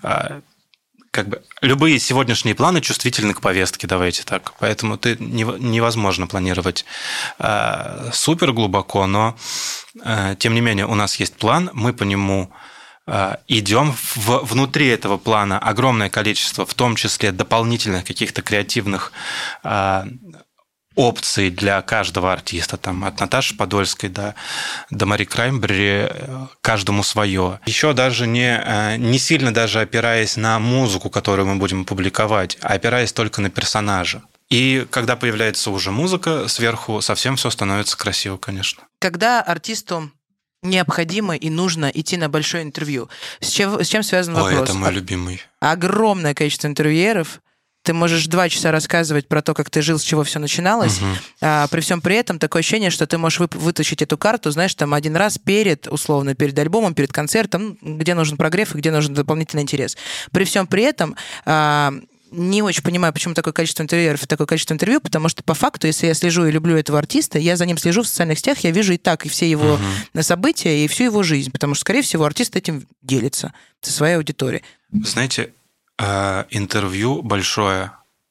S3: Как бы любые сегодняшние планы чувствительны к повестке, давайте так. Поэтому ты невозможно планировать э, супер глубоко, но э, тем не менее у нас есть план, мы по нему э, идем. В, внутри этого плана огромное количество, в том числе дополнительных каких-то креативных э, опций для каждого артиста, там, от Наташи Подольской до, до Мари Краймбрери, каждому свое. Еще даже не, не сильно даже опираясь на музыку, которую мы будем публиковать, а опираясь только на персонажа. И когда появляется уже музыка, сверху совсем все становится красиво, конечно.
S2: Когда артисту необходимо и нужно идти на большое интервью, с чем, с чем связан
S3: Ой,
S2: вопрос?
S3: это мой любимый.
S2: Огромное количество интервьюеров. Ты можешь два часа рассказывать про то, как ты жил, с чего все начиналось.
S3: Мгм.
S2: А, при всем при этом такое ощущение, что ты можешь вып- вытащить эту карту, знаешь, там один раз перед, условно, перед альбомом, перед концертом, ну, где нужен прогрев и где нужен дополнительный интерес. При всем при этом а, не очень понимаю, почему такое количество интервьюеров и такое количество интервью, потому что по факту, если я слежу и люблю этого артиста, я за ним слежу в социальных сетях, я вижу и так, и все его
S3: Мгм.
S2: события, и всю его жизнь, потому что, скорее всего, артист этим делится со своей аудиторией.
S3: Знаете, э, интервью большое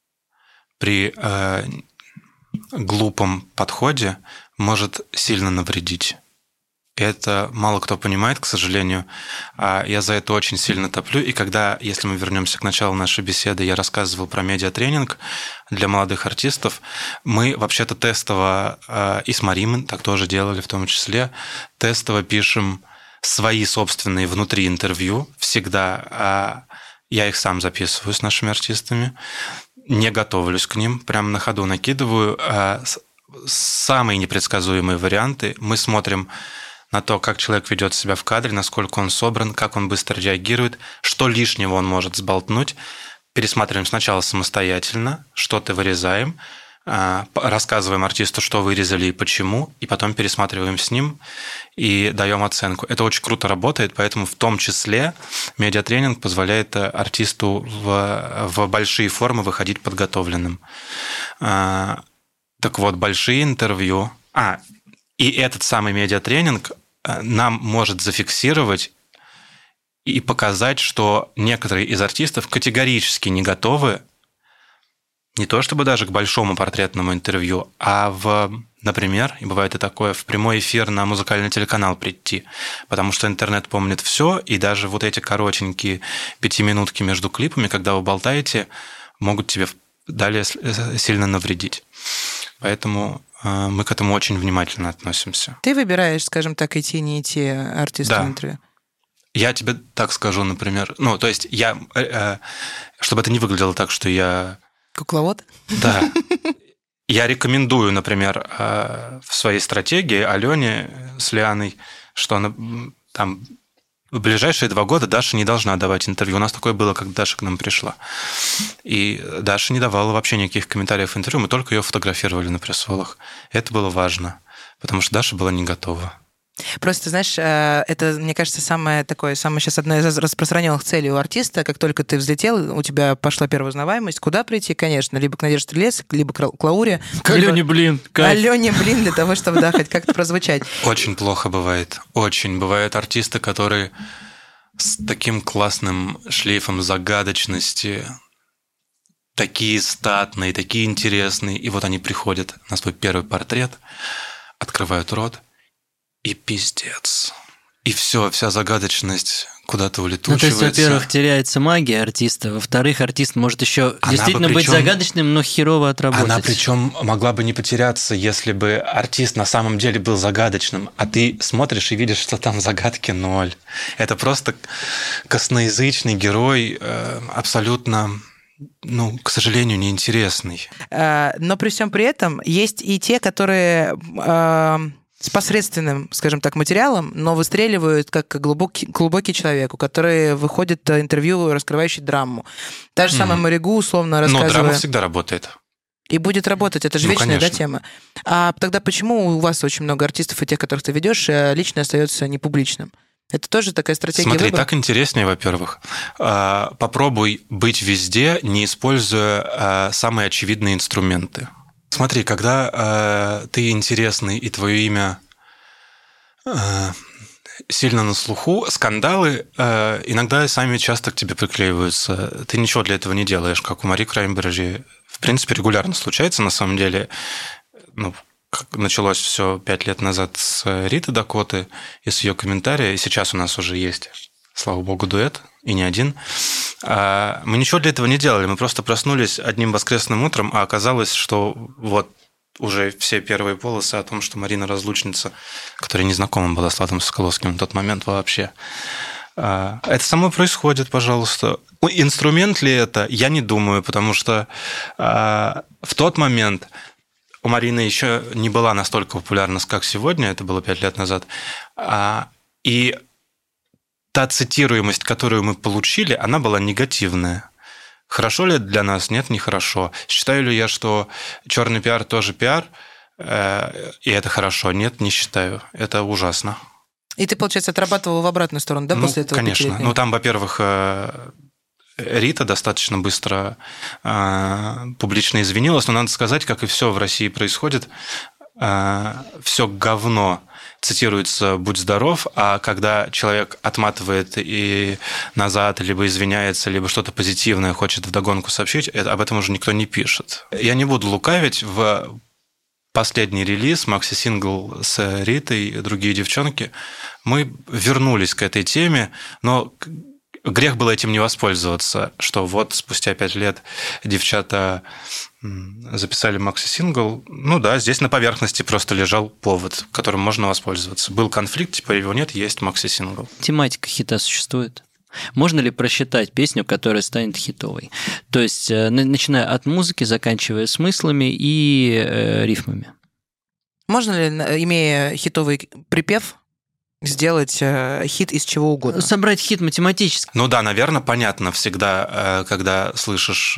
S3: при э, глупом подходе может сильно навредить. Это мало кто понимает, к сожалению. А я за это очень сильно топлю. И когда, если мы вернемся к началу нашей беседы, я рассказывал про медиатренинг для молодых артистов, мы вообще-то тестово, э, и с Марией мы так тоже делали в том числе, тестово пишем свои собственные внутри интервью. Всегда а, я их сам записываю с нашими артистами, не готовлюсь к ним, прямо на ходу накидываю. А, с- самые непредсказуемые варианты. Мы смотрим на то, как человек ведет себя в кадре, насколько он собран, как он быстро реагирует, что лишнего он может сболтнуть. Пересматриваем сначала самостоятельно, что-то вырезаем, а, п- рассказываем артисту, что вырезали и почему, и потом пересматриваем с ним и даем оценку. Это очень круто работает, поэтому в том числе медиатренинг позволяет э, артисту в, в большие формы выходить подготовленным. А, Так вот, большие интервью... А, и этот самый медиатренинг э, нам может зафиксировать и показать, что некоторые из артистов категорически не готовы не то чтобы даже к большому портретному интервью, а в, например, и бывает и такое, в прямой эфир на музыкальный телеканал прийти, потому что интернет помнит все, и даже вот эти коротенькие пятиминутки между клипами, когда вы болтаете, могут тебе далее с- сильно навредить. Поэтому э, мы к этому очень внимательно относимся.
S2: Ты выбираешь, скажем так, идти, не идти артисту
S3: Да.
S2: в интервью?
S3: Я тебе так скажу, например, ну, то есть я, э, э, чтобы это не выглядело так, что я...
S2: Кукловод?
S3: Да. Я рекомендую, например, э, в своей стратегии Алене с Лианой, что она м, там в ближайшие два года Даша не должна давать интервью. У нас такое было, как Даша к нам пришла. И Даша не давала вообще никаких комментариев в интервью, мы только ее фотографировали на пресс-волах. Это было важно, потому что Даша была не готова.
S2: Просто, знаешь, э, это, мне кажется, самое такое, самое сейчас одна из распространенных целей у артиста. Как только ты взлетел, у тебя пошла первая узнаваемость. Куда прийти? Конечно, либо к Надежде Стрелец, либо к к Лауре.
S1: К Алене, блин, кайф.
S2: Алене, блин, для того, чтобы, да, хоть как-то прозвучать.
S3: Очень плохо бывает. Очень. Бывают артисты, которые с таким классным шлейфом загадочности, такие статные, такие интересные. И вот они приходят на свой первый портрет, открывают рот, и пиздец. И все, вся загадочность куда-то
S1: Ну, то
S3: улетучивается.
S1: есть, во-первых, теряется магия артиста, во-вторых, артист может еще
S3: Она
S1: действительно
S3: бы
S1: быть
S3: причём-
S1: загадочным, но херово отработать.
S3: Она причем могла бы не потеряться, если бы артист на самом деле был загадочным, а ты смотришь и видишь, что там загадки ноль. Это просто косноязычный герой, э, абсолютно, ну, к сожалению, неинтересный.
S2: Э, Но при всем при этом есть и те, которые э, с посредственным, скажем так, материалом, но выстреливают как глубокий, глубокий человек, у которого выходит э, интервью, раскрывающее драму. Та же самая
S3: Мгм.
S2: Маригу, условно
S3: Но
S2: рассказывая.
S3: драма всегда работает.
S2: И будет работать, это же
S3: Ну,
S2: вечная, да,
S3: конечно.
S2: тема. А тогда почему у вас очень много артистов и тех, которых ты ведешь, э, лично остается непубличным? Это тоже такая стратегия
S3: Смотри,
S2: выбора?
S3: так интереснее, во-первых. А, Попробуй быть везде, не используя а, самые очевидные инструменты. Смотри, когда а, ты интересный и твое имя а, сильно на слуху, скандалы а, иногда сами часто к тебе приклеиваются. Ты ничего для этого не делаешь, как у Мари Краймбрери. В принципе, регулярно случается, на самом деле. Ну, как началось все пять лет назад с Риты Дакоты и с ее комментария, и сейчас у нас уже есть, слава богу, дуэт, и не один. А мы ничего для этого не делали, мы просто проснулись одним воскресным утром, а оказалось, что вот уже все первые полосы о том, что Марина разлучница, которая не знакома была с Владом Соколовским в тот момент вообще, Это со мной происходит, пожалуйста. Инструмент ли это? Я не думаю, потому что в тот момент у Марины еще не была настолько популярна, как сегодня, это было пять лет назад, и та цитируемость, которую мы получили, она была негативная. Хорошо ли это для нас? Нет, нехорошо. Считаю ли я, что черный пиар тоже пиар, и это хорошо? Нет, не считаю. Это ужасно.
S2: И ты, получается, отрабатывал в обратную сторону, да,
S3: ну,
S2: после этого?
S3: Конечно. Ну, там, во-первых, Рита достаточно быстро публично извинилась, но надо сказать, как и все в России происходит, все говно цитируется «будь здоров», а когда человек отматывает и назад, либо извиняется, либо что-то позитивное хочет вдогонку сообщить, это, об этом уже никто не пишет. Я не буду лукавить, в последний релиз, макси-сингл с Ритой и другие девчонки, мы вернулись к этой теме, но грех было этим не воспользоваться, что вот спустя пять лет девчата записали макси-сингл. Ну да, здесь на поверхности просто лежал повод, которым можно воспользоваться. Был конфликт, теперь его нет, есть макси-сингл.
S1: Тематика хита существует? Можно ли просчитать песню, которая станет хитовой? То есть, начиная от музыки, заканчивая смыслами и э, рифмами.
S2: Можно ли, имея хитовый припев, сделать э, хит из чего угодно?
S1: Собрать хит математически.
S3: Ну да, наверное, понятно всегда, когда слышишь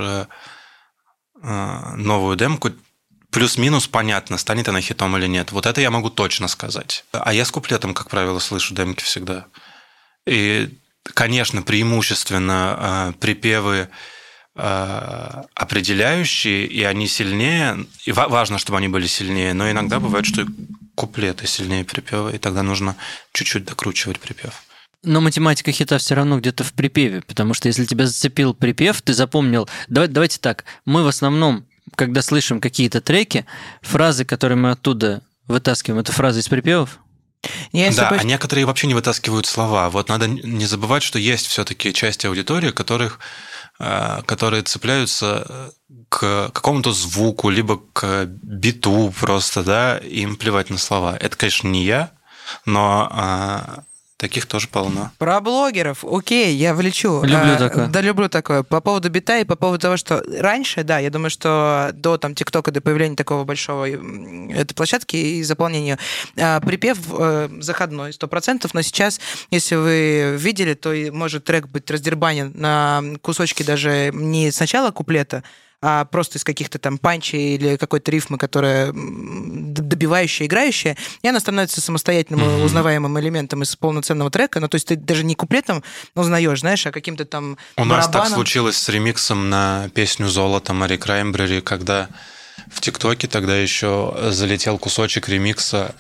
S3: новую демку, плюс-минус понятно, станет она хитом или нет. Вот это я могу точно сказать. А я с куплетом, как правило, слышу демки всегда. И, конечно, преимущественно припевы определяющие, и они сильнее, и важно, чтобы они были сильнее, но иногда бывает, что куплеты сильнее припева, и тогда нужно чуть-чуть докручивать припев.
S1: Но математика хита все равно где-то в припеве, потому что если тебя зацепил припев, ты запомнил... Давай, давайте так, мы в основном, когда слышим какие-то треки, фразы, которые мы оттуда вытаскиваем, это фразы из припевов?
S2: Я
S3: да,
S2: поч...
S3: а некоторые вообще не вытаскивают слова. Вот надо не забывать, что есть все-таки часть аудитории, которых, которые цепляются к какому-то звуку, либо к биту просто, да, им плевать на слова. Это, конечно, не я, но таких тоже полно.
S2: Про блогеров, окей, я влечу.
S1: Люблю
S2: а,
S1: такое.
S2: Да, люблю такое. По поводу бита и по поводу того, что раньше, да, я думаю, что до там ТикТока, до появления такого большого этой площадки и заполнения, а, припев а, заходной, сто процентов, но сейчас, если вы видели, то и может трек быть раздербанен на кусочки даже не сначала куплета, а просто из каких-то там панчей или какой-то рифмы, которая добивающая, играющая, и она становится самостоятельным mm-hmm. узнаваемым элементом из полноценного трека. Ну, то есть ты даже не куплетом узнаешь, знаешь, а каким-то там
S3: У
S2: барабаном.
S3: нас так случилось с ремиксом на песню «Золото» Мари Краймбрери, когда в ТикТоке тогда еще залетел кусочек ремикса.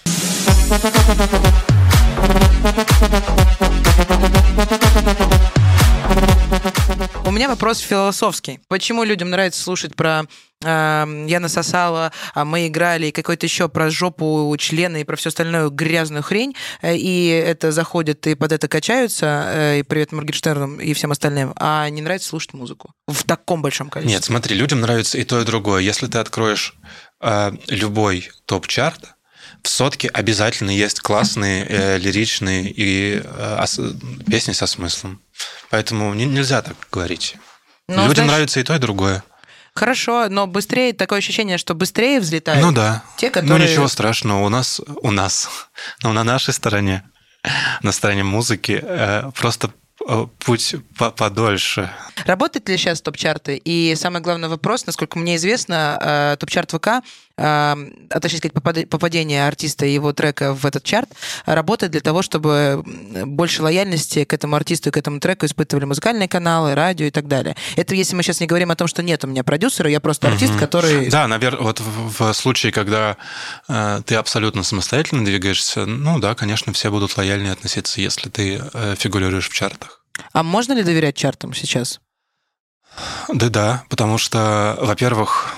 S2: У меня вопрос философский. Почему людям нравится слушать про э, «Я насосала», а мы играли, и какой-то еще про жопу, члены и про всю остальную грязную хрень, и это заходит, и под это качаются, э, и привет Моргенштерну и всем остальным, а не нравится слушать музыку в таком большом количестве?
S3: Нет, смотри, людям нравится и то, и другое. Если ты откроешь э, любой топ-чарт, в сотке обязательно есть классные, э, лиричные и э, ос- песни со смыслом. Поэтому не, нельзя так говорить.
S2: Но,
S3: людям
S2: знаешь,
S3: нравится и то, и другое.
S2: Хорошо, но быстрее, такое ощущение, что быстрее взлетают
S3: Ну да.
S2: те, которые...
S3: Ну ничего страшного, у нас, у нас, ну на нашей стороне, на стороне музыки, э, просто путь подольше.
S2: Работают ли сейчас топ-чарты? И самый главный вопрос, насколько мне известно, топ-чарт ВК, а точнее сказать, попадение артиста и его трека в этот чарт работает для того, чтобы больше лояльности к этому артисту и к этому треку испытывали музыкальные каналы, радио и так далее. Это если мы сейчас не говорим о том, что нет у меня продюсера, я просто артист, угу. который...
S3: Да, наверное, вот в, в случае, когда э, ты абсолютно самостоятельно двигаешься, ну да, конечно, все будут лояльнее относиться, если ты э, фигурируешь в чартах.
S2: А можно ли доверять чартам сейчас?
S3: Да-да, потому что, во-первых,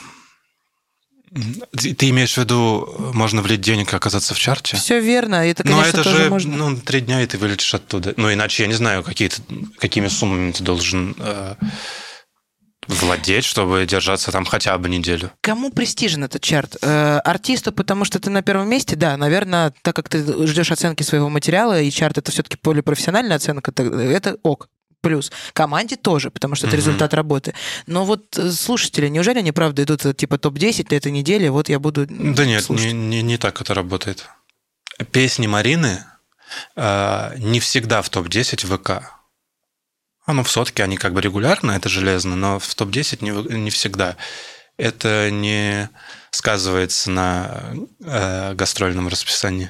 S3: ты имеешь в виду, можно влить денег и оказаться в чарте?
S2: Все верно, это, конечно,
S3: Но это
S2: тоже
S3: же,
S2: можно.
S3: Ну, три дня, и ты вылетишь оттуда. Ну, иначе я не знаю, какие ты, какими суммами ты должен э, владеть, чтобы держаться там хотя бы неделю.
S2: Кому престижен этот чарт? Э, артисту, потому что ты на первом месте, да, наверное, так как ты ждешь оценки своего материала, и чарт это все-таки более профессиональная оценка, это ок. Плюс. Команде тоже, потому что это mm-hmm. результат работы. Но вот слушатели, неужели они правда идут типа топ десять на этой неделе, вот я буду
S3: Да нет,
S2: слушать?
S3: не, не, не так это работает. Песни Марины э, не всегда в топ десять в ВК. А ну, в сотке они как бы регулярно, это железно, но в топ десять не, не всегда. Это не сказывается на э, гастрольном расписании.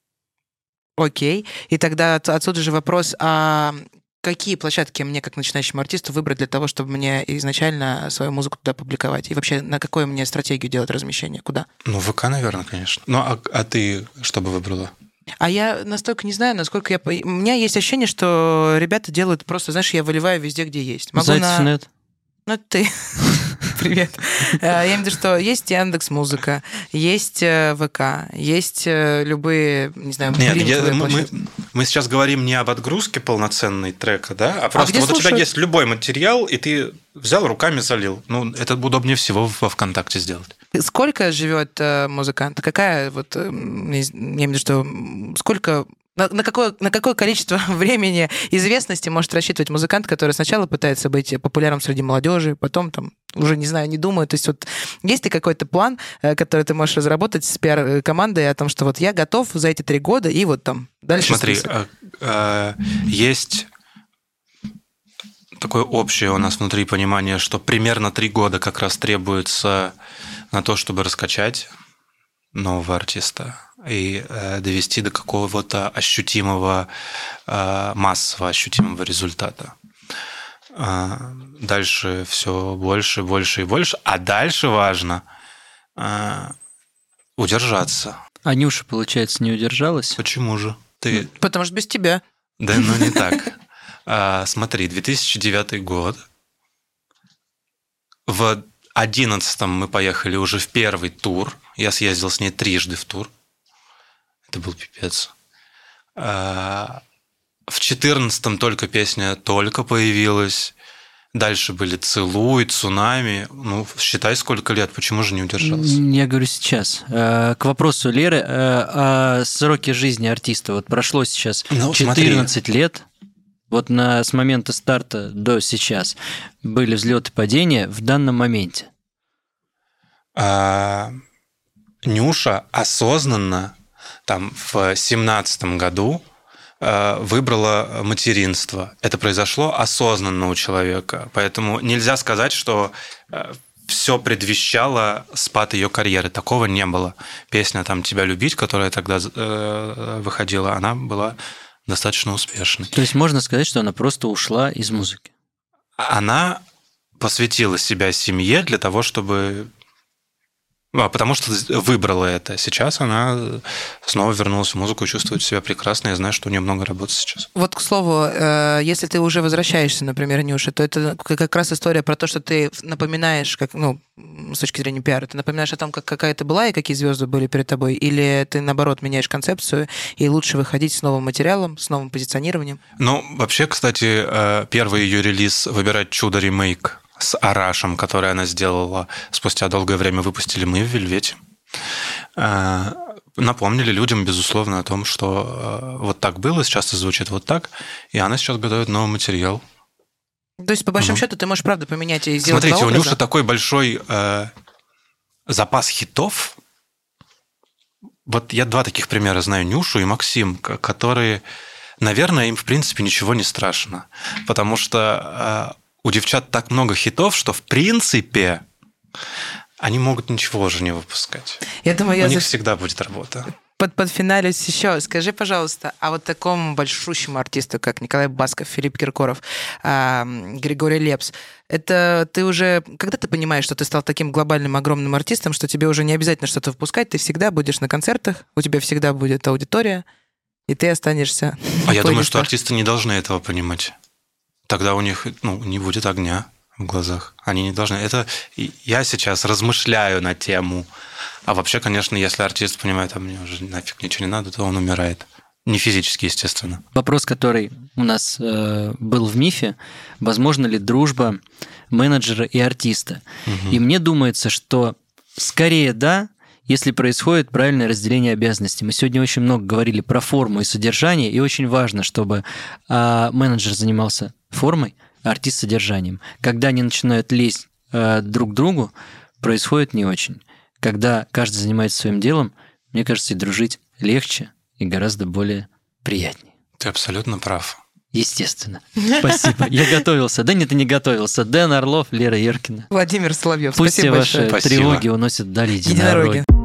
S2: Окей. И тогда от, отсюда же вопрос, а какие площадки мне, как начинающему артисту, выбрать для того, чтобы мне изначально свою музыку туда публиковать? И вообще, на какую мне стратегию делать размещение? Куда?
S3: Ну, ВК, наверное, конечно. Ну, а, а ты что бы выбрала?
S2: А я настолько не знаю, насколько я... У меня есть ощущение, что ребята делают просто, знаешь, я выливаю везде, где есть. Могу
S1: Зайцев
S2: на...
S1: нет.
S2: Ну, это ты. Привет. Я имею в виду, что есть Яндекс.Музыка, есть ВК, есть любые, не знаю,
S3: Нет, я,
S2: стриминговые
S3: мы,
S2: площадки.
S3: мы сейчас говорим не об отгрузке полноценной трека, да, а просто
S2: где
S3: вот у тебя
S2: слушают?
S3: есть любой материал, и ты взял руками залил. Ну, это удобнее всего во ВКонтакте сделать.
S2: Сколько живет э, музыкант? Какая вот, э, я имею в виду, что сколько... На, на, какое, на какое количество времени известности может рассчитывать музыкант, который сначала пытается быть популярным среди молодежи, потом там уже, не знаю, не думаю. То есть вот есть ли какой-то план, который ты можешь разработать с пиар-командой о том, что вот я готов за эти три года и вот там дальше
S3: Смотри,
S2: список?
S3: э, э, есть такое общее у нас внутри понимание, что примерно три года как раз требуется на то, чтобы раскачать нового артиста и э, довести до какого-то ощутимого, э, массово ощутимого результата. Э, дальше все больше, больше и больше. А дальше важно э, удержаться.
S1: А Нюша, получается, не удержалась?
S3: Почему же? Ты...
S2: Потому что без тебя.
S3: Да, ну не так. А, смотри, две тысячи девятый год. В одиннадцатом мы поехали уже в первый тур. Я съездил с ней трижды в тур. Это был пипец. А, в четырнадцатом только песня «Только» появилась. Дальше были «Целуй», «Цунами». Ну, считай, сколько лет. Почему же не удержался?
S1: Я говорю сейчас. К вопросу Леры о сроке жизни артиста. Вот прошло сейчас
S3: Ну,
S1: четырнадцать
S3: смотри.
S1: лет. Вот на, с момента старта до сейчас были взлеты и падения в данном моменте.
S3: А, Нюша осознанно там в семнадцатом году выбрала материнство. Это произошло осознанно у человека. Поэтому нельзя сказать, что все предвещало спад ее карьеры. Такого не было. Песня там «Тебя любить», которая тогда выходила, она была достаточно успешной.
S1: То есть можно сказать, что она просто ушла из музыки?
S3: Она посвятила себя семье для того, чтобы... А, потому что выбрала это. Сейчас она снова вернулась в музыку и чувствует себя прекрасно. Я знаю, что у нее много работы сейчас.
S2: Вот, к слову, если ты уже возвращаешься, например, Нюша, то это как раз история про то, что ты напоминаешь, как, ну, с точки зрения пиара, ты напоминаешь о том, как, какая ты была и какие звезды были перед тобой, или ты, наоборот, меняешь концепцию, и лучше выходить с новым материалом, с новым позиционированием? Ну,
S3: вообще, кстати, первый ее релиз «Выбирать чудо» ремейк с Арашем, который она сделала спустя долгое время, выпустили мы в «Вельвете». Напомнили людям, безусловно, о том, что вот так было, сейчас это звучит вот так, и она сейчас готовит новый материал.
S2: То есть, по большому угу. счету, ты можешь, правда, поменять и сделать.
S3: Смотрите, у Нюши такой большой э, запас хитов. Вот я два таких примера знаю, Нюшу и Максим, которые, наверное, им, в принципе, ничего не страшно, потому что... Э, у девчат так много хитов, что, в принципе, они могут ничего уже не выпускать.
S2: Я думаю,
S3: у
S2: я
S3: них
S2: за...
S3: всегда будет работа.
S2: Под, подфиналюсь еще. Скажи, пожалуйста, а вот такому большущему артисту, как Николай Басков, Филипп Киркоров, а, Григорий Лепс, это ты уже... Когда ты понимаешь, что ты стал таким глобальным, огромным артистом, что тебе уже не обязательно что-то выпускать, ты всегда будешь на концертах, у тебя всегда будет аудитория, и ты останешься...
S3: А я думаю, что артисты не должны этого понимать. Тогда у них, ну, не будет огня в глазах. Они не должны. Это я сейчас размышляю на тему. А вообще, конечно, если артист понимает, а мне уже нафиг ничего не надо, то он умирает. Не физически, естественно.
S1: Вопрос, который у нас э, был в МИФе. Возможно ли дружба менеджера и артиста.
S3: Мгм.
S1: И мне думается, что скорее да, если происходит правильное разделение обязанностей. Мы сегодня очень много говорили про форму и содержание, и очень важно, чтобы а, менеджер занимался формой, а артист содержанием. Когда они начинают лезть а, друг к другу, происходит не очень. Когда каждый занимается своим делом, мне кажется, и дружить легче и гораздо более приятнее.
S3: Ты абсолютно прав.
S1: Естественно. Спасибо. Я готовился. Да нет, ты не готовился. Дэн Орлов, Лера Еркина.
S2: Владимир Соловьев,
S1: Пусть все
S2: спасибо
S1: ваши
S2: большое.
S3: Спасибо.
S1: тревоги уносят вдали единороги.
S2: Единороги.